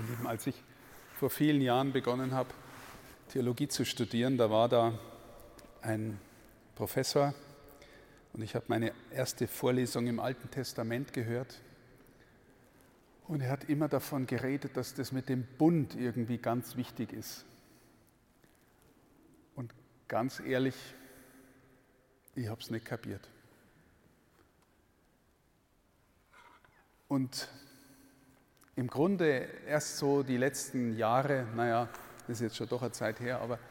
Ihr Lieben, als ich vor vielen Jahren begonnen habe, Theologie zu studieren, da war da ein Professor und ich habe meine erste Vorlesung im Alten Testament gehört. Und er hat immer davon geredet, dass das mit dem Bund irgendwie ganz wichtig ist. Und ganz ehrlich, ich habe es nicht kapiert. Und im Grunde erst so die letzten Jahre, das ist jetzt schon doch eine Zeit her, aber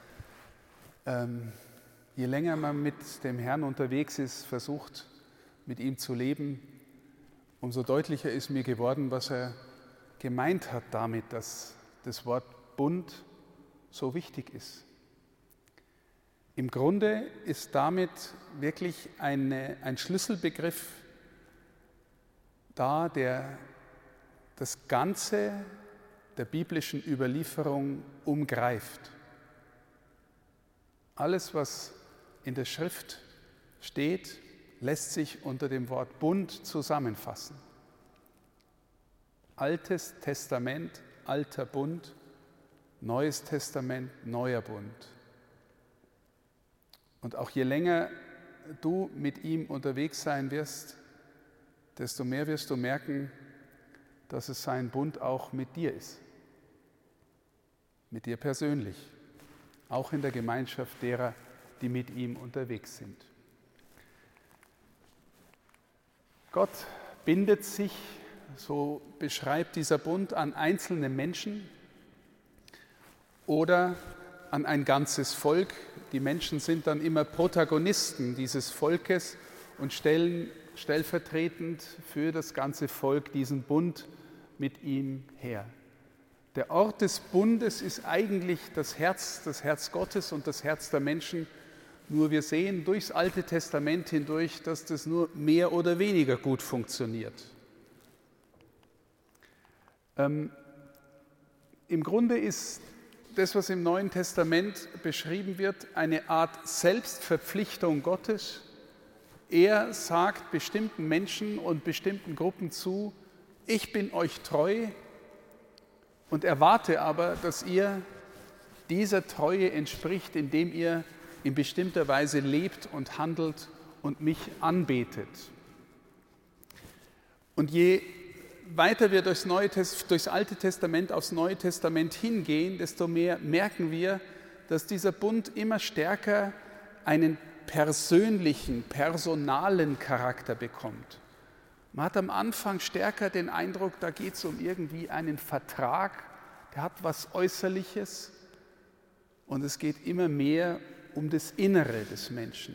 je länger man mit dem Herrn unterwegs ist, versucht mit ihm zu leben, umso deutlicher ist mir geworden, was er gemeint hat damit, dass das Wort Bund so wichtig ist. Im Grunde ist damit wirklich ein Schlüsselbegriff da, der das Ganze der biblischen Überlieferung umgreift. Alles, was in der Schrift steht, lässt sich unter dem Wort Bund zusammenfassen. Altes Testament, alter Bund, Neues Testament, neuer Bund. Und auch je länger du mit ihm unterwegs sein wirst, desto mehr wirst du merken, dass es sein Bund auch mit dir ist. Mit dir persönlich. Auch in der Gemeinschaft derer, die mit ihm unterwegs sind. Gott bindet sich, so beschreibt dieser Bund, an einzelne Menschen oder an ein ganzes Volk. Die Menschen sind dann immer Protagonisten dieses Volkes und stellen stellvertretend für das ganze Volk diesen Bund mit ihm her. Der Ort des Bundes ist eigentlich das Herz Gottes und das Herz der Menschen. Nur wir sehen durchs Alte Testament hindurch, dass das nur mehr oder weniger gut funktioniert. Im Grunde ist das, was im Neuen Testament beschrieben wird, eine Art Selbstverpflichtung Gottes. Er sagt bestimmten Menschen und bestimmten Gruppen zu: Ich bin euch treu und erwarte aber, dass ihr dieser Treue entspricht, indem ihr in bestimmter Weise lebt und handelt und mich anbetet. Und je weiter wir durchs Alte Testament aufs Neue Testament hingehen, desto mehr merken wir, dass dieser Bund immer stärker einen persönlichen, personalen Charakter bekommt. Man hat am Anfang stärker den Eindruck, da geht es um irgendwie einen Vertrag, der hat was Äußerliches und es geht immer mehr um das Innere des Menschen.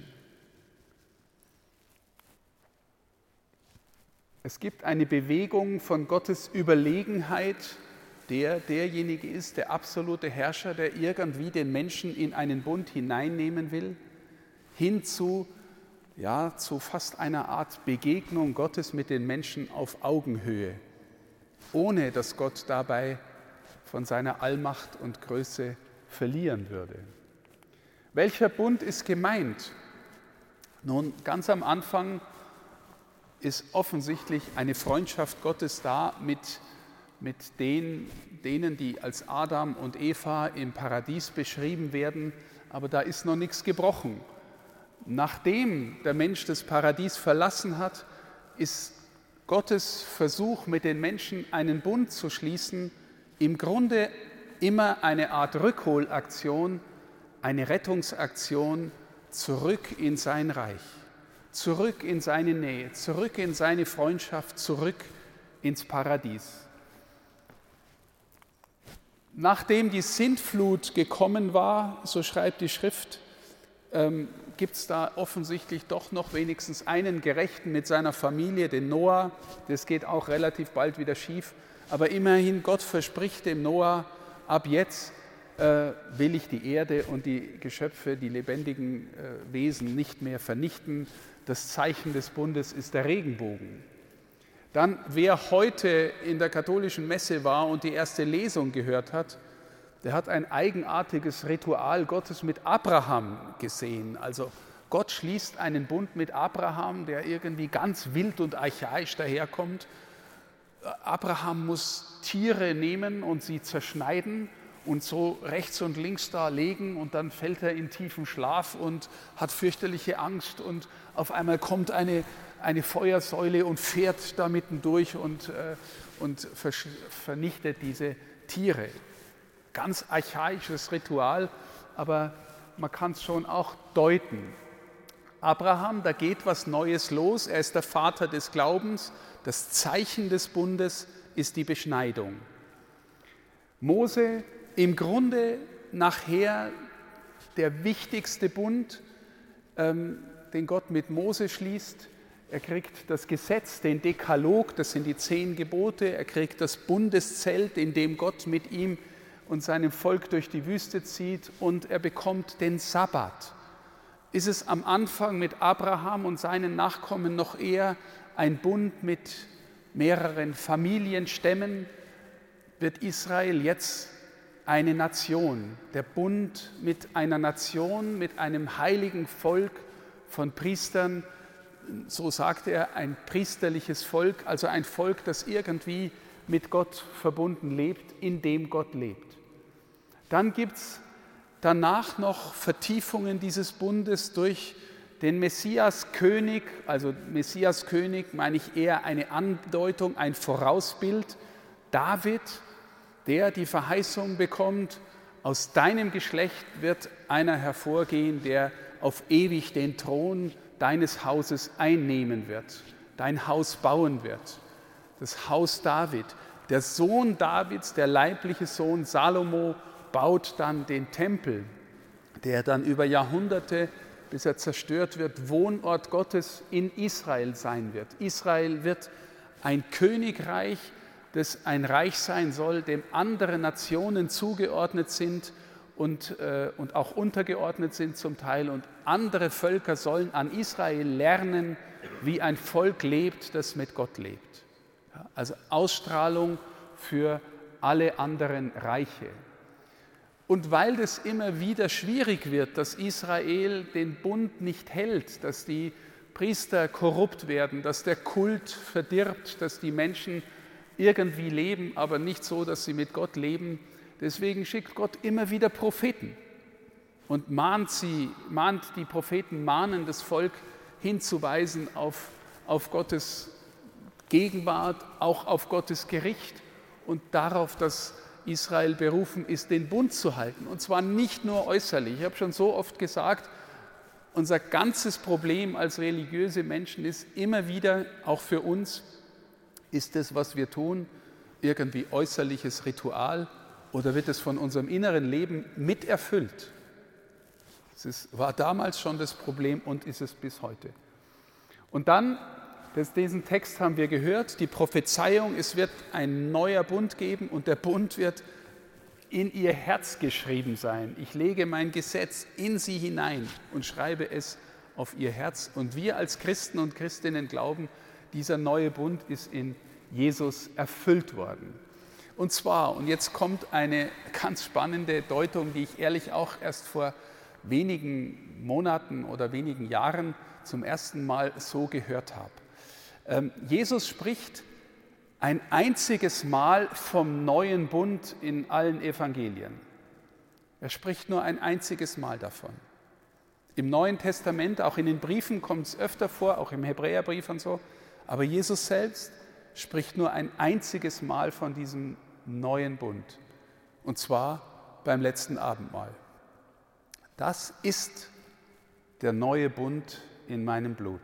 Es gibt eine Bewegung von Gottes Überlegenheit, derjenige ist, der absolute Herrscher, der irgendwie den Menschen in einen Bund hineinnehmen will, hin zu fast einer Art Begegnung Gottes mit den Menschen auf Augenhöhe, ohne dass Gott dabei von seiner Allmacht und Größe verlieren würde. Welcher Bund ist gemeint? Nun, ganz am Anfang ist offensichtlich eine Freundschaft Gottes da mit denen, die als Adam und Eva im Paradies beschrieben werden, aber da ist noch nichts gebrochen. Nachdem der Mensch das Paradies verlassen hat, ist Gottes Versuch, mit den Menschen einen Bund zu schließen, im Grunde immer eine Art Rückholaktion, eine Rettungsaktion zurück in sein Reich, zurück in seine Nähe, zurück in seine Freundschaft, zurück ins Paradies. Nachdem die Sintflut gekommen war, so schreibt die Schrift, gibt es da offensichtlich doch noch wenigstens einen Gerechten mit seiner Familie, den Noah. Das geht auch relativ bald wieder schief. Aber immerhin, Gott verspricht dem Noah, ab jetzt will ich die Erde und die Geschöpfe, die lebendigen Wesen nicht mehr vernichten. Das Zeichen des Bundes ist der Regenbogen. Dann, wer heute in der katholischen Messe war und die erste Lesung gehört hat, der hat ein eigenartiges Ritual Gottes mit Abraham gesehen. Also Gott schließt einen Bund mit Abraham, der irgendwie ganz wild und archaisch daherkommt. Abraham muss Tiere nehmen und sie zerschneiden und so rechts und links da legen und dann fällt er in tiefen Schlaf und hat fürchterliche Angst und auf einmal kommt eine Feuersäule und fährt da mitten durch und vernichtet diese Tiere. Ganz archaisches Ritual, aber man kann es schon auch deuten. Abraham, da geht was Neues los, er ist der Vater des Glaubens, das Zeichen des Bundes ist die Beschneidung. Mose, im Grunde nachher der wichtigste Bund, den Gott mit Mose schließt. Er kriegt das Gesetz, den Dekalog, das sind die 10 Gebote, er kriegt das Bundeszelt, in dem Gott mit ihm und seinem Volk durch die Wüste zieht und er bekommt den Sabbat. Ist es am Anfang mit Abraham und seinen Nachkommen noch eher ein Bund mit mehreren Familienstämmen, wird Israel jetzt eine Nation. Der Bund mit einer Nation, mit einem heiligen Volk von Priestern, so sagt er, ein priesterliches Volk, also ein Volk, das irgendwie mit Gott verbunden lebt, in dem Gott lebt. Dann gibt es danach noch Vertiefungen dieses Bundes durch den Messias-König, also Messias-König meine ich eher eine Andeutung, ein Vorausbild, David, der die Verheißung bekommt, aus deinem Geschlecht wird einer hervorgehen, der auf ewig den Thron deines Hauses einnehmen wird, dein Haus bauen wird, das Haus David. Der Sohn Davids, der leibliche Sohn Salomo, baut dann den Tempel, der dann über Jahrhunderte, bis er zerstört wird, Wohnort Gottes in Israel sein wird. Israel wird ein Königreich, das ein Reich sein soll, dem andere Nationen zugeordnet sind und auch untergeordnet sind zum Teil. Und andere Völker sollen an Israel lernen, wie ein Volk lebt, das mit Gott lebt. Ja, also Ausstrahlung für alle anderen Reiche. Und weil das immer wieder schwierig wird, dass Israel den Bund nicht hält, dass die Priester korrupt werden, dass der Kult verdirbt, dass die Menschen irgendwie leben, aber nicht so, dass sie mit Gott leben. Deswegen schickt Gott immer wieder Propheten und mahnt die Propheten, mahnen das Volk hinzuweisen auf Gottes Gegenwart, auch auf Gottes Gericht und darauf, dass Israel berufen ist, den Bund zu halten. Und zwar nicht nur äußerlich. Ich habe schon so oft gesagt, unser ganzes Problem als religiöse Menschen ist immer wieder, auch für uns, ist das, was wir tun, irgendwie äußerliches Ritual oder wird es von unserem inneren Leben miterfüllt? War damals schon das Problem und ist es bis heute. Und dann, diesen Text haben wir gehört, die Prophezeiung, es wird ein neuer Bund geben und der Bund wird in ihr Herz geschrieben sein. Ich lege mein Gesetz in sie hinein und schreibe es auf ihr Herz. Und wir als Christen und Christinnen glauben, dieser neue Bund ist in Jesus erfüllt worden. Und zwar, und jetzt kommt eine ganz spannende Deutung, die ich ehrlich auch erst vor wenigen Monaten oder wenigen Jahren zum ersten Mal so gehört habe. Jesus spricht ein einziges Mal vom neuen Bund in allen Evangelien. Er spricht nur ein einziges Mal davon. Im Neuen Testament, auch in den Briefen kommt es öfter vor, auch im Hebräerbrief und so, aber Jesus selbst spricht nur ein einziges Mal von diesem neuen Bund, und zwar beim letzten Abendmahl. Das ist der neue Bund in meinem Blut.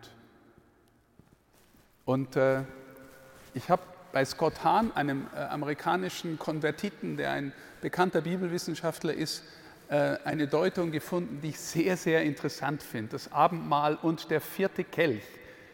Und ich habe bei Scott Hahn, einem amerikanischen Konvertiten, der ein bekannter Bibelwissenschaftler ist, eine Deutung gefunden, die ich sehr, sehr interessant finde. Das Abendmahl und der 4. Kelch.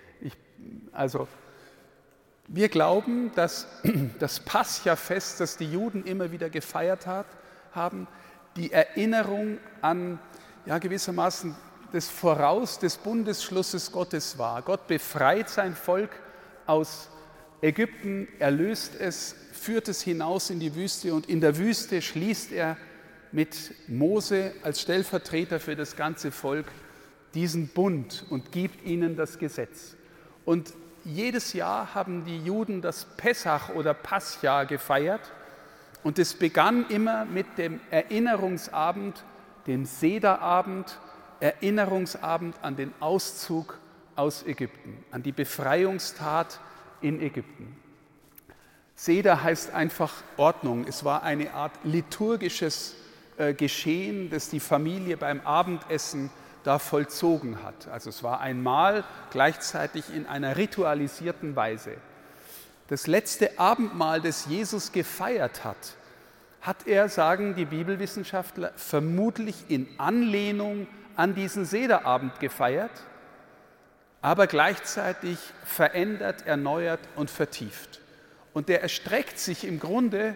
Wir glauben, dass das Pascha-Fest, das die Juden immer wieder gefeiert haben, die Erinnerung an gewissermaßen des Voraus des Bundesschlusses Gottes war. Gott befreit sein Volk aus Ägypten, erlöst es, führt es hinaus in die Wüste und in der Wüste schließt er mit Mose als Stellvertreter für das ganze Volk diesen Bund und gibt ihnen das Gesetz. Und jedes Jahr haben die Juden das Pessach oder Pascha gefeiert und es begann immer mit dem Erinnerungsabend, dem Sederabend, Erinnerungsabend an den Auszug aus Ägypten, an die Befreiungstat in Ägypten. Seder heißt einfach Ordnung. Es war eine Art liturgisches Geschehen, das die Familie beim Abendessen da vollzogen hat. Also es war ein Mahl gleichzeitig in einer ritualisierten Weise. Das letzte Abendmahl, das Jesus gefeiert hat er, sagen die Bibelwissenschaftler, vermutlich in Anlehnung an diesen Sederabend gefeiert, aber gleichzeitig verändert, erneuert und vertieft. Und der erstreckt sich im Grunde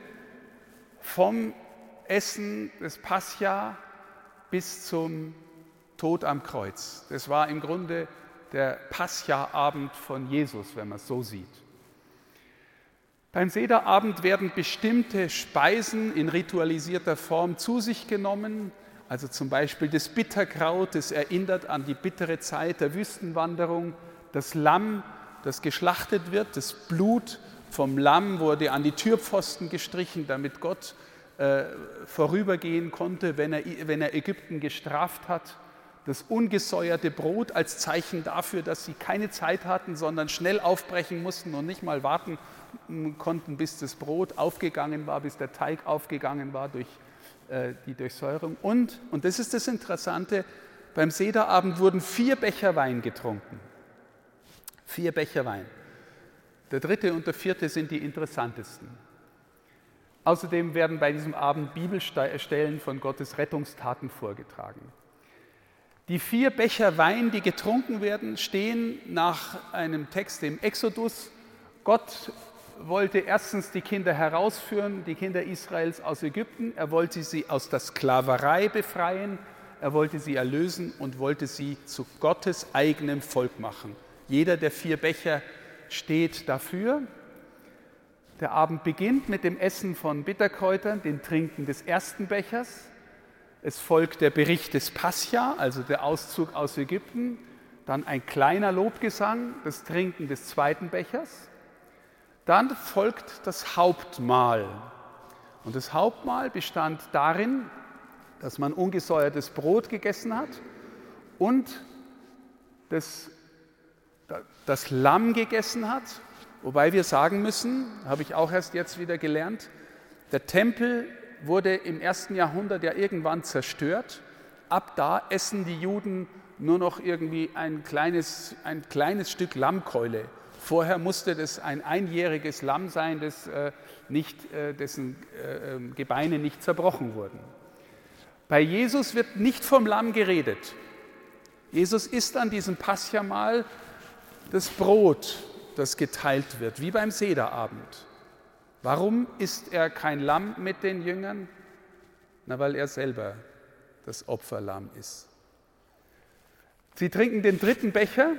vom Essen des Pascha bis zum Tod am Kreuz. Das war im Grunde der Pascha-Abend von Jesus, wenn man es so sieht. Beim Sederabend werden bestimmte Speisen in ritualisierter Form zu sich genommen, also zum Beispiel das Bitterkraut, das erinnert an die bittere Zeit der Wüstenwanderung, das Lamm, das geschlachtet wird, das Blut vom Lamm wurde an die Türpfosten gestrichen, damit Gott vorübergehen konnte, wenn er Ägypten gestraft hat. Das ungesäuerte Brot als Zeichen dafür, dass sie keine Zeit hatten, sondern schnell aufbrechen mussten und nicht mal warten konnten, bis das Brot aufgegangen war, bis der Teig aufgegangen war durch die Durchsäuerung. Und das ist das Interessante, beim Sederabend wurden 4 Becher Wein getrunken. 4 Becher Wein. Der 3. und der 4. sind die interessantesten. Außerdem werden bei diesem Abend Bibelstellen von Gottes Rettungstaten vorgetragen. Die 4 Becher Wein, die getrunken werden, stehen nach einem Text im Exodus. Gott wollte erstens die Kinder herausführen, die Kinder Israels aus Ägypten. Er wollte sie aus der Sklaverei befreien, er wollte sie erlösen und wollte sie zu Gottes eigenem Volk machen. Jeder der 4 Becher steht dafür. Der Abend beginnt mit dem Essen von Bitterkräutern, dem Trinken des ersten Bechers. Es folgt der Bericht des Pascha, also der Auszug aus Ägypten. Dann ein kleiner Lobgesang, das Trinken des zweiten Bechers. Dann folgt das Hauptmahl. Und das Hauptmahl bestand darin, dass man ungesäuertes Brot gegessen hat und das Lamm gegessen hat. Wobei wir sagen müssen, habe ich auch erst jetzt wieder gelernt, der Tempel wurde im 1. Jahrhundert ja irgendwann zerstört. Ab da essen die Juden nur noch irgendwie ein kleines Stück Lammkeule. Vorher musste das ein einjähriges Lamm sein, dessen Gebeine nicht zerbrochen wurden. Bei Jesus wird nicht vom Lamm geredet. Jesus isst an diesem Pascha-Mahl das Brot, das geteilt wird, wie beim Sederabend. Warum isst er kein Lamm mit den Jüngern? Na, weil er selber das Opferlamm ist. Sie trinken den 3. Becher.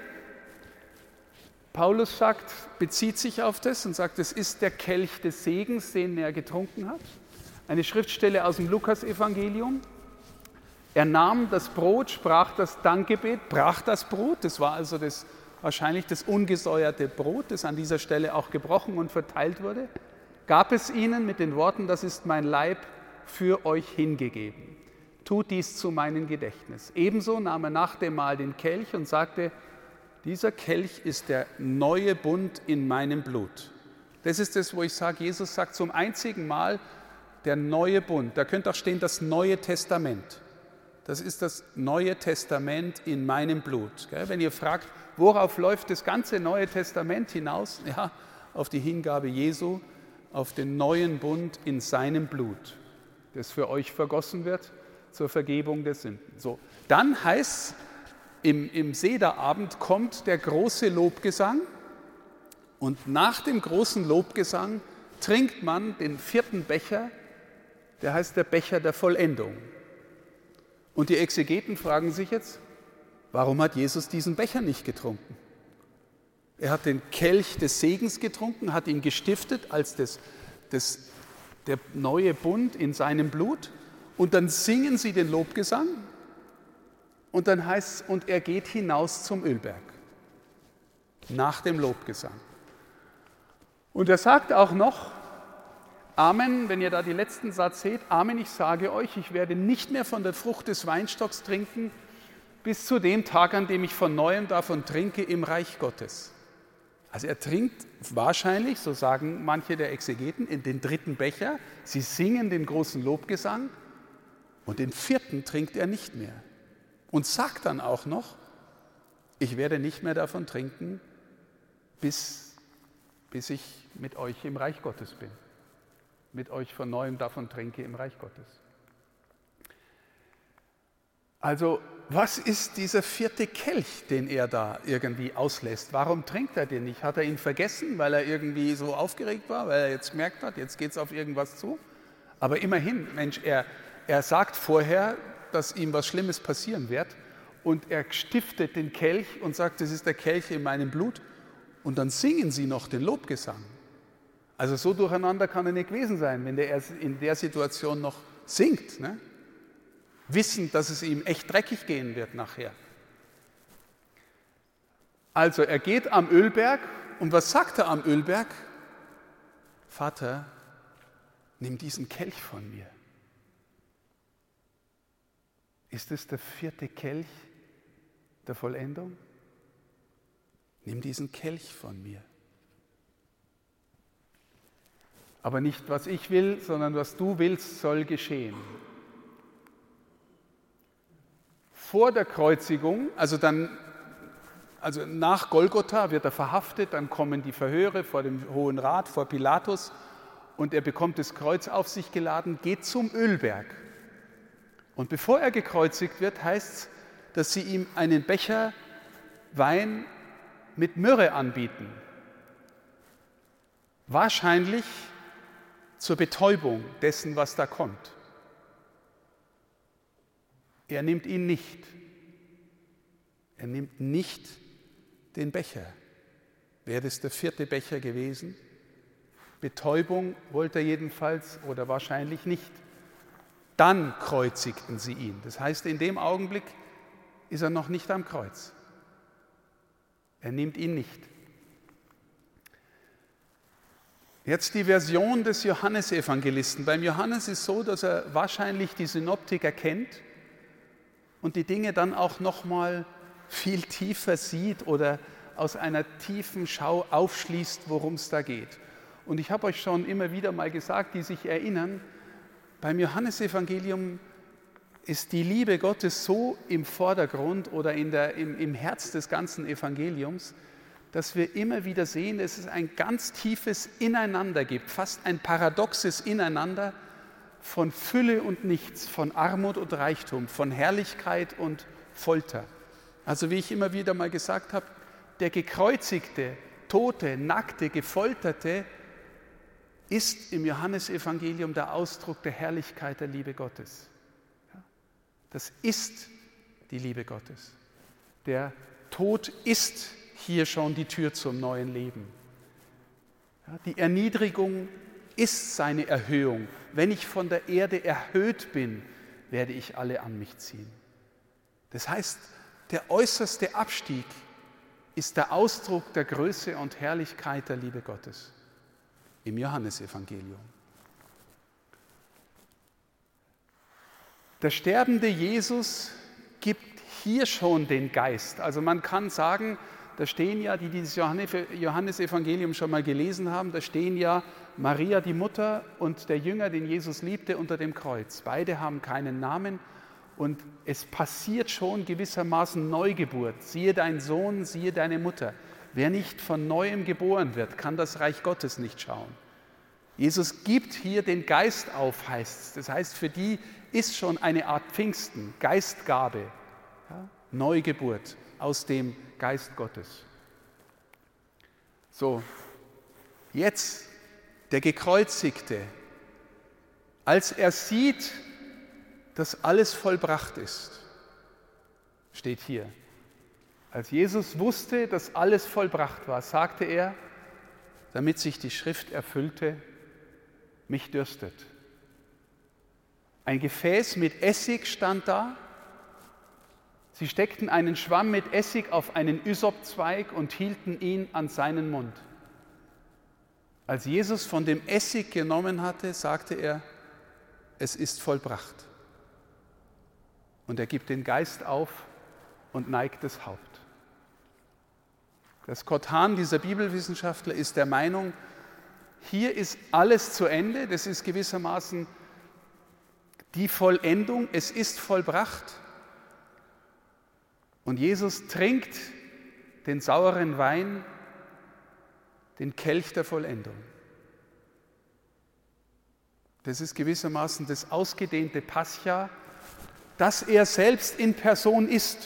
Paulus bezieht sich auf das und sagt, es ist der Kelch des Segens, den er getrunken hat. Eine Schriftstelle aus dem Lukasevangelium. Er nahm das Brot, sprach das Dankgebet, brach das Brot. Das war also wahrscheinlich das ungesäuerte Brot, das an dieser Stelle auch gebrochen und verteilt wurde. Gab es ihnen mit den Worten, das ist mein Leib für euch hingegeben. Tut dies zu meinem Gedächtnis. Ebenso nahm er nach dem Mahl den Kelch und sagte, dieser Kelch ist der neue Bund in meinem Blut. Das ist das, wo ich sage, Jesus sagt zum einzigen Mal, der neue Bund. Da könnte auch stehen, das Neue Testament. Das ist das Neue Testament in meinem Blut. Wenn ihr fragt, worauf läuft das ganze Neue Testament hinaus? Ja, auf die Hingabe Jesu, auf den neuen Bund in seinem Blut, das für euch vergossen wird zur Vergebung der Sünden. So, dann heißt es, im Sederabend kommt der große Lobgesang und nach dem großen Lobgesang trinkt man den 4. Becher, der heißt der Becher der Vollendung. Und die Exegeten fragen sich jetzt, warum hat Jesus diesen Becher nicht getrunken? Er hat den Kelch des Segens getrunken, hat ihn gestiftet als der neue Bund in seinem Blut und dann singen sie den Lobgesang. Und dann heißt es, und er geht hinaus zum Ölberg. nach dem Lobgesang. Und er sagt auch noch, Amen, wenn ihr da die letzten Satz seht, Amen, ich sage euch, ich werde nicht mehr von der Frucht des Weinstocks trinken, bis zu dem Tag, an dem ich von Neuem davon trinke im Reich Gottes. Also er trinkt wahrscheinlich, so sagen manche der Exegeten, in den dritten Becher. Sie singen den großen Lobgesang und den vierten trinkt er nicht mehr. Und sagt dann auch noch, ich werde nicht mehr davon trinken, bis ich mit euch im Reich Gottes bin. Mit euch von Neuem davon trinke im Reich Gottes. Also, was ist dieser vierte Kelch, den er da irgendwie auslässt? Warum trinkt er den nicht? Hat er ihn vergessen, weil er irgendwie so aufgeregt war, weil er jetzt gemerkt hat, jetzt geht es auf irgendwas zu? Aber immerhin, Mensch, er sagt vorher, dass ihm was Schlimmes passieren wird und er stiftet den Kelch und sagt, das ist der Kelch in meinem Blut und dann singen sie noch den Lobgesang. Also so durcheinander kann er nicht gewesen sein, wenn der in der Situation noch singt, ne? Wissend, dass es ihm echt dreckig gehen wird nachher. Also er geht am Ölberg und was sagt er am Ölberg? Vater, nimm diesen Kelch von mir. Ist es der vierte Kelch der Vollendung? Nimm diesen Kelch von mir. Aber nicht, was ich will, sondern was du willst, soll geschehen. Vor der Kreuzigung, also nach Golgotha wird er verhaftet, dann kommen die Verhöre vor dem Hohen Rat, vor Pilatus und er bekommt das Kreuz auf sich geladen, geht zum Ölberg. Und bevor er gekreuzigt wird, heißt es, dass sie ihm einen Becher Wein mit Myrrhe anbieten. Wahrscheinlich zur Betäubung dessen, was da kommt. Er nimmt ihn nicht. Er nimmt nicht den Becher. Wäre das der vierte Becher gewesen? Betäubung wollte er jedenfalls oder wahrscheinlich nicht. Dann kreuzigten sie ihn. Das heißt, in dem Augenblick ist er noch nicht am Kreuz. Er nimmt ihn nicht. Jetzt die Version des Johannesevangelisten. Beim Johannes ist es so, dass er wahrscheinlich die Synoptiker kennt und die Dinge dann auch noch mal viel tiefer sieht oder aus einer tiefen Schau aufschließt, worum es da geht. Und ich habe euch schon immer wieder mal gesagt, die sich erinnern, beim Johannesevangelium ist die Liebe Gottes so im Vordergrund oder im Herz des ganzen Evangeliums, dass wir immer wieder sehen, dass es ein ganz tiefes Ineinander gibt, fast ein paradoxes Ineinander von Fülle und Nichts, von Armut und Reichtum, von Herrlichkeit und Folter. Also wie ich immer wieder mal gesagt habe, der gekreuzigte, tote, nackte, gefolterte ist im Johannesevangelium der Ausdruck der Herrlichkeit der Liebe Gottes. Das ist die Liebe Gottes. Der Tod ist hier schon die Tür zum neuen Leben. Die Erniedrigung ist seine Erhöhung. Wenn ich von der Erde erhöht bin, werde ich alle an mich ziehen. Das heißt, der äußerste Abstieg ist der Ausdruck der Größe und Herrlichkeit der Liebe Gottes im Johannesevangelium. Der sterbende Jesus gibt hier schon den Geist. Also man kann sagen, da stehen ja, die dieses Johannesevangelium schon mal gelesen haben, da stehen ja Maria, die Mutter, und der Jünger, den Jesus liebte, unter dem Kreuz. Beide haben keinen Namen und es passiert schon gewissermaßen Neugeburt. Siehe dein Sohn, siehe deine Mutter. Wer nicht von Neuem geboren wird, kann das Reich Gottes nicht schauen. Jesus gibt hier den Geist auf, heißt es. Das heißt, für die ist schon eine Art Pfingsten, Geistgabe, ja, Neugeburt aus dem Geist Gottes. So, jetzt der Gekreuzigte, als er sieht, dass alles vollbracht ist, steht hier. Als Jesus wusste, dass alles vollbracht war, sagte er, damit sich die Schrift erfüllte, mich dürstet. Ein Gefäß mit Essig stand da Sie steckten einen Schwamm mit Essig auf einen Ysopzweig und hielten ihn an seinen Mund. Als Jesus von dem Essig genommen hatte, sagte er, es ist vollbracht. Und er gibt den Geist auf und neigt das Haupt. Der Scott Hahn, dieser Bibelwissenschaftler, ist der Meinung, hier ist alles zu Ende, das ist gewissermaßen die Vollendung, es ist vollbracht. Und Jesus trinkt den sauren Wein, den Kelch der Vollendung. Das ist gewissermaßen das ausgedehnte Pascha, das er selbst in Person ist.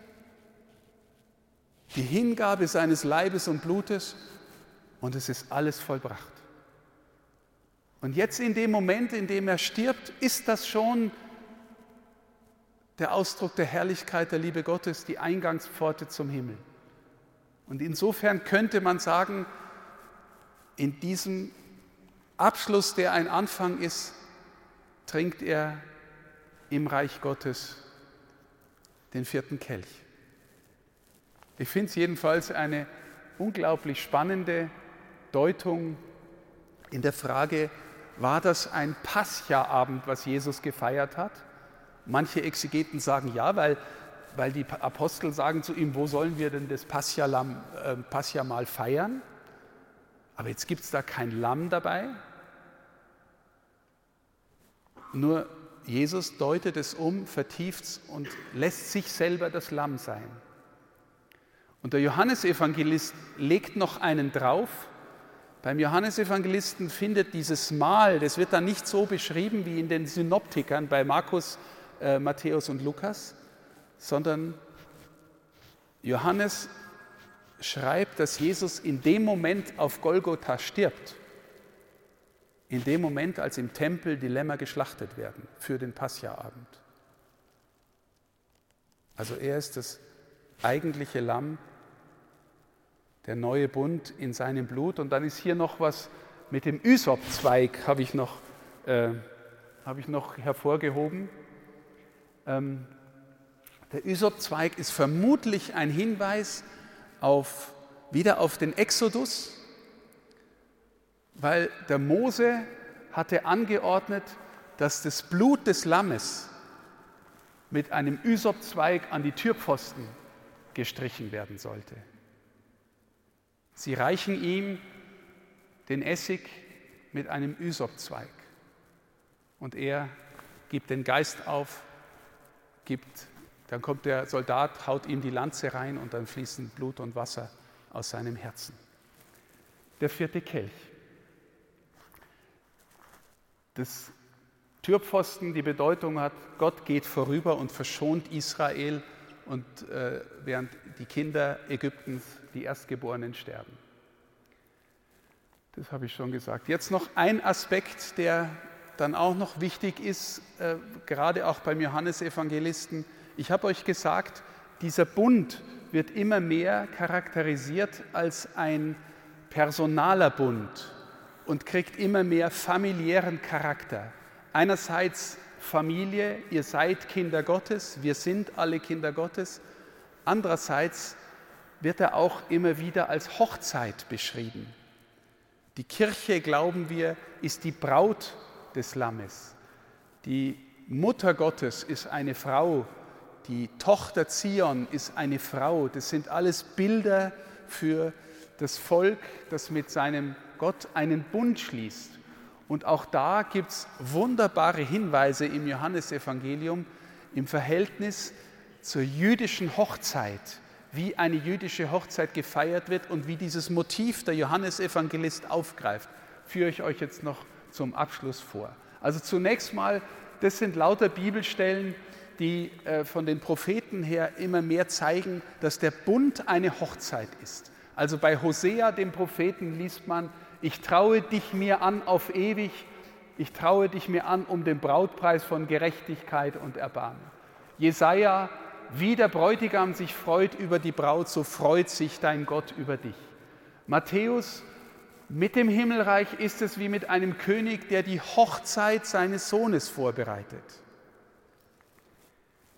Die Hingabe seines Leibes und Blutes, und es ist alles vollbracht. Und jetzt in dem Moment, in dem er stirbt, ist das schon der Ausdruck der Herrlichkeit der Liebe Gottes, die Eingangspforte zum Himmel. Und insofern könnte man sagen, in diesem Abschluss, der ein Anfang ist, trinkt er im Reich Gottes den 4. Kelch. Ich finde es jedenfalls eine unglaublich spannende Deutung in der Frage, war das ein Pascha-Abend, was Jesus gefeiert hat? Manche Exegeten sagen ja, weil die Apostel sagen zu ihm, wo sollen wir denn das Pascha-Mahl feiern? Aber jetzt gibt es da kein Lamm dabei. Nur Jesus deutet es um, vertieft es und lässt sich selber das Lamm sein. Und der Johannesevangelist legt noch einen drauf. Beim Johannesevangelisten findet dieses Mahl, das wird dann nicht so beschrieben wie in den Synoptikern bei Markus, Matthäus und Lukas, sondern Johannes schreibt, dass Jesus in dem Moment auf Golgotha stirbt. In dem Moment, als im Tempel die Lämmer geschlachtet werden für den Pascha-Abend. Also er ist das eigentliche Lamm, der neue Bund in seinem Blut. Und dann ist hier noch was mit dem Ysopzweig, habe ich noch hervorgehoben. Der Ysopzweig ist vermutlich ein Hinweis wieder auf den Exodus, weil der Mose hatte angeordnet, dass das Blut des Lammes mit einem Ysopzweig an die Türpfosten gestrichen werden sollte. Sie reichen ihm den Essig mit einem Ysopzweig und er gibt den Geist auf, dann kommt der Soldat, haut ihm die Lanze rein und dann fließen Blut und Wasser aus seinem Herzen. Der 4. Kelch. Das Türpfosten die Bedeutung hat, Gott geht vorüber und verschont Israel, und während die Kinder Ägyptens, die Erstgeborenen, sterben. Das habe ich schon gesagt. Jetzt noch ein Aspekt, der dann auch noch wichtig ist, gerade auch beim Johannesevangelisten. Ich habe euch gesagt, dieser Bund wird immer mehr charakterisiert als ein personaler Bund und kriegt immer mehr familiären Charakter. Einerseits Familie, ihr seid Kinder Gottes, wir sind alle Kinder Gottes. Andererseits wird er auch immer wieder als Hochzeit beschrieben. Die Kirche, glauben wir, ist die Braut des Lammes. Die Mutter Gottes ist eine Frau, die Tochter Zion ist eine Frau. Das sind alles Bilder für das Volk, das mit seinem Gott einen Bund schließt. Und auch da gibt es wunderbare Hinweise im Johannesevangelium im Verhältnis zur jüdischen Hochzeit, wie eine jüdische Hochzeit gefeiert wird und wie dieses Motiv der Johannesevangelist aufgreift, führe ich euch jetzt noch zum Abschluss vor. Also zunächst mal, das sind lauter Bibelstellen, die von den Propheten her immer mehr zeigen, dass der Bund eine Hochzeit ist. Also bei Hosea, dem Propheten, liest man: Ich traue dich mir an auf ewig, ich traue dich mir an um den Brautpreis von Gerechtigkeit und Erbarmen. Jesaja: Wie der Bräutigam sich freut über die Braut, so freut sich dein Gott über dich. Matthäus: Mit dem Himmelreich ist es wie mit einem König, der die Hochzeit seines Sohnes vorbereitet.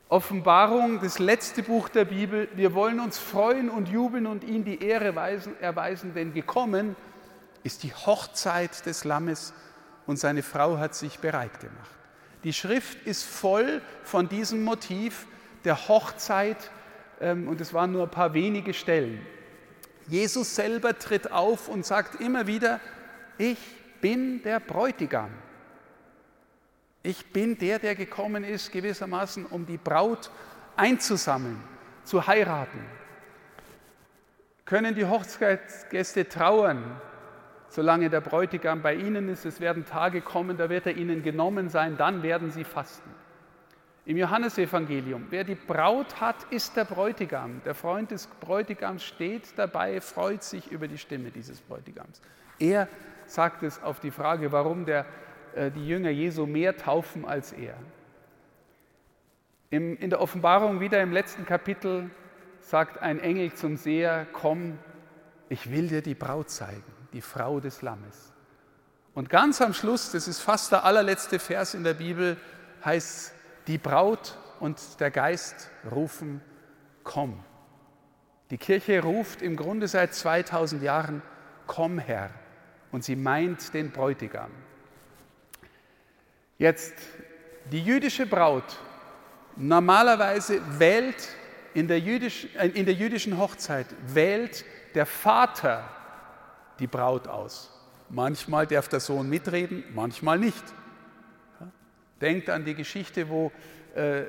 Offenbarung, das letzte Buch der Bibel. Wir wollen uns freuen und jubeln und ihm die Ehre erweisen, denn gekommen ist die Hochzeit des Lammes und seine Frau hat sich bereit gemacht. Die Schrift ist voll von diesem Motiv der Hochzeit und es waren nur ein paar wenige Stellen. Jesus selber tritt auf und sagt immer wieder, ich bin der Bräutigam. Ich bin der gekommen ist, gewissermaßen, um die Braut einzusammeln, zu heiraten. Können die Hochzeitsgäste trauern, solange der Bräutigam bei ihnen ist? Es werden Tage kommen, da wird er ihnen genommen sein, dann werden sie fasten. Im Johannesevangelium, wer die Braut hat, ist der Bräutigam. Der Freund des Bräutigams steht dabei, freut sich über die Stimme dieses Bräutigams. Er sagt es auf die Frage, warum die Jünger Jesu mehr taufen als er. In der Offenbarung wieder im letzten Kapitel sagt ein Engel zum Seher, komm, ich will dir die Braut zeigen, die Frau des Lammes. Und ganz am Schluss, das ist fast der allerletzte Vers in der Bibel, heißt es, die Braut und der Geist rufen, komm. Die Kirche ruft im Grunde seit 2000 Jahren, komm Herr. Und sie meint den Bräutigam. Jetzt, die jüdische Braut, normalerweise wählt in der jüdischen Hochzeit, wählt der Vater die Braut aus. Manchmal darf der Sohn mitreden, manchmal nicht. Denkt an die Geschichte, wo der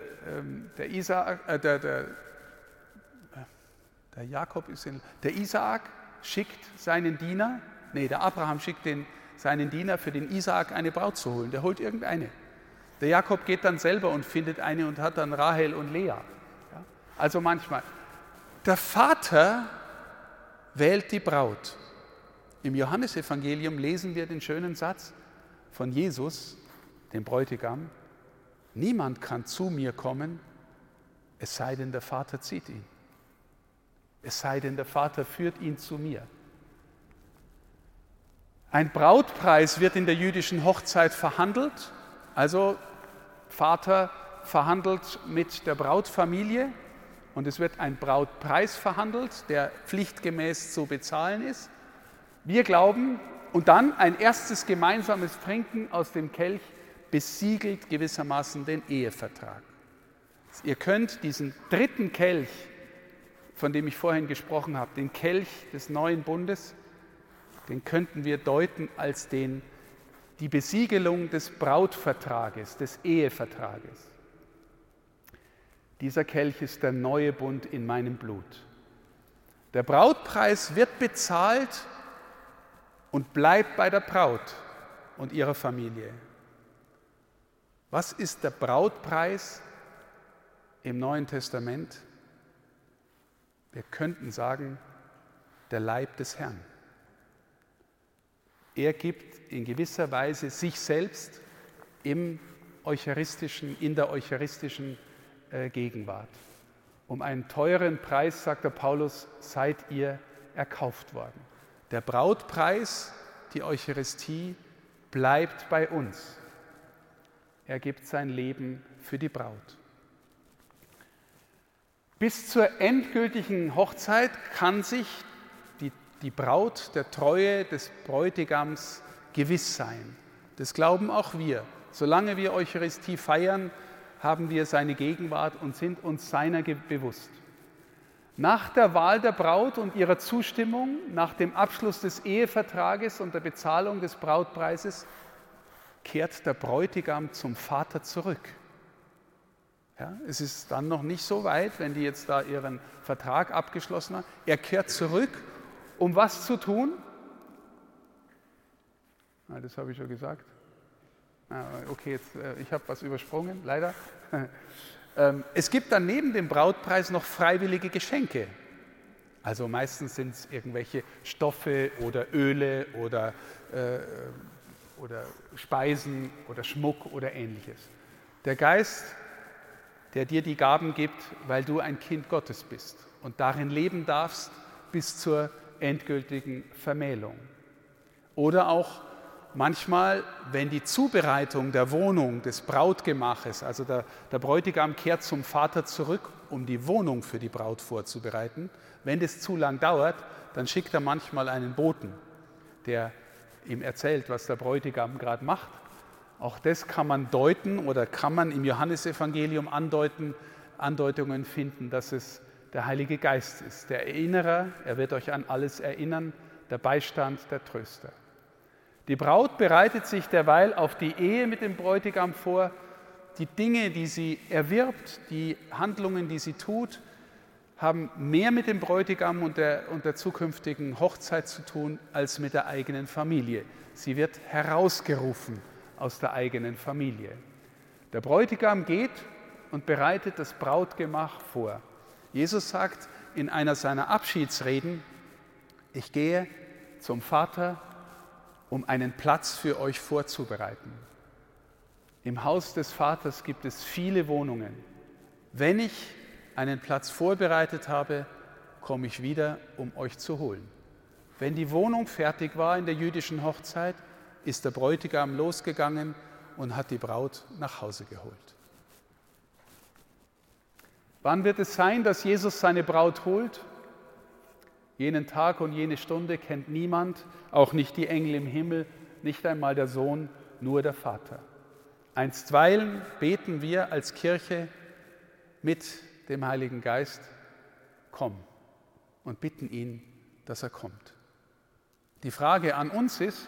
Isaak schickt seinen Diener, der Abraham schickt seinen Diener für den Isaak eine Braut zu holen. Der holt irgendeine. Der Jakob geht dann selber und findet eine und hat dann Rahel und Lea. Ja? Also manchmal. Der Vater wählt die Braut. Im Johannesevangelium lesen wir den schönen Satz von Jesus, dem Bräutigam: Niemand kann zu mir kommen, es sei denn, der Vater zieht ihn. Es sei denn, der Vater führt ihn zu mir. Ein Brautpreis wird in der jüdischen Hochzeit verhandelt. Also Vater verhandelt mit der Brautfamilie und es wird ein Brautpreis verhandelt, der pflichtgemäß zu bezahlen ist. Wir glauben, und dann ein erstes gemeinsames Trinken aus dem Kelch besiegelt gewissermaßen den Ehevertrag. Ihr könnt diesen dritten Kelch, von dem ich vorhin gesprochen habe, den Kelch des neuen Bundes, den könnten wir deuten als die Besiegelung des Brautvertrages, des Ehevertrages. Dieser Kelch ist der neue Bund in meinem Blut. Der Brautpreis wird bezahlt und bleibt bei der Braut und ihrer Familie. Was ist der Brautpreis im Neuen Testament? Wir könnten sagen, der Leib des Herrn. Er gibt in gewisser Weise sich selbst in der eucharistischen Gegenwart. Um einen teuren Preis, sagt der Paulus, seid ihr erkauft worden. Der Brautpreis, die Eucharistie, bleibt bei uns. Er gibt sein Leben für die Braut. Bis zur endgültigen Hochzeit kann sich die Braut der Treue des Bräutigams gewiss sein. Das glauben auch wir. Solange wir Eucharistie feiern, haben wir seine Gegenwart und sind uns seiner bewusst. Nach der Wahl der Braut und ihrer Zustimmung, nach dem Abschluss des Ehevertrages und der Bezahlung des Brautpreises, kehrt der Bräutigam zum Vater zurück. Ja, es ist dann noch nicht so weit, wenn die jetzt da ihren Vertrag abgeschlossen haben. Er kehrt zurück, um was zu tun? Das habe ich schon gesagt. Okay, jetzt, ich habe was übersprungen, leider. Es gibt dann neben dem Brautpreis noch freiwillige Geschenke. Also meistens sind es irgendwelche Stoffe oder Öle oder Speisen oder Schmuck oder Ähnliches. Der Geist, der dir die Gaben gibt, weil du ein Kind Gottes bist und darin leben darfst bis zur endgültigen Vermählung. Oder auch manchmal, wenn die Zubereitung der Wohnung, des Brautgemaches, also der Bräutigam kehrt zum Vater zurück, um die Wohnung für die Braut vorzubereiten, wenn das zu lang dauert, dann schickt er manchmal einen Boten, der ihm erzählt, was der Bräutigam gerade macht. Auch das kann man deuten oder kann man im Johannesevangelium Andeutungen finden, dass es der Heilige Geist ist, der Erinnerer, er wird euch an alles erinnern, der Beistand, der Tröster. Die Braut bereitet sich derweil auf die Ehe mit dem Bräutigam vor. Die Dinge, die sie erwirbt, die Handlungen, die sie tut, haben mehr mit dem Bräutigam und der zukünftigen Hochzeit zu tun, als mit der eigenen Familie. Sie wird herausgerufen aus der eigenen Familie. Der Bräutigam geht und bereitet das Brautgemach vor. Jesus sagt in einer seiner Abschiedsreden, ich gehe zum Vater, um einen Platz für euch vorzubereiten. Im Haus des Vaters gibt es viele Wohnungen. Wenn ich einen Platz vorbereitet habe, komme ich wieder, um euch zu holen. Wenn die Wohnung fertig war in der jüdischen Hochzeit, ist der Bräutigam losgegangen und hat die Braut nach Hause geholt. Wann wird es sein, dass Jesus seine Braut holt? Jenen Tag und jene Stunde kennt niemand, auch nicht die Engel im Himmel, nicht einmal der Sohn, nur der Vater. Einstweilen beten wir als Kirche mit dem Heiligen Geist, komm, und bitten ihn, dass er kommt. Die Frage an uns ist,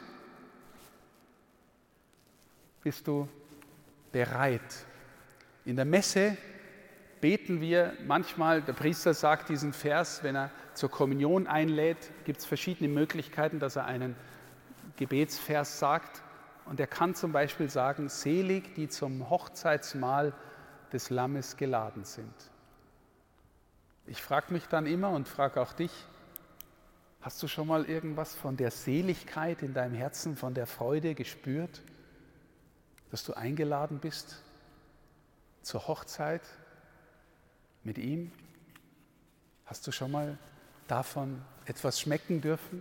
bist du bereit? In der Messe beten wir manchmal, der Priester sagt diesen Vers, wenn er zur Kommunion einlädt, gibt es verschiedene Möglichkeiten, dass er einen Gebetsvers sagt. Und er kann zum Beispiel sagen, selig, die zum Hochzeitsmahl des Lammes geladen sind. Ich frage mich dann immer und frage auch dich, hast du schon mal irgendwas von der Seligkeit in deinem Herzen, von der Freude gespürt, dass du eingeladen bist zur Hochzeit mit ihm? Hast du schon mal davon etwas schmecken dürfen?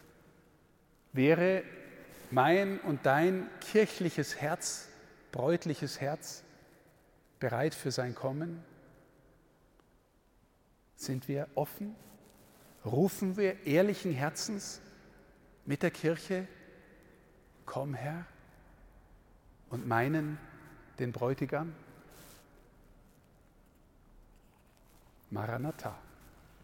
Wäre mein und dein kirchliches Herz, bräutliches Herz bereit für sein Kommen? Sind wir offen? Rufen wir ehrlichen Herzens mit der Kirche, komm Herr, und meinen den Bräutigam? Maranatha.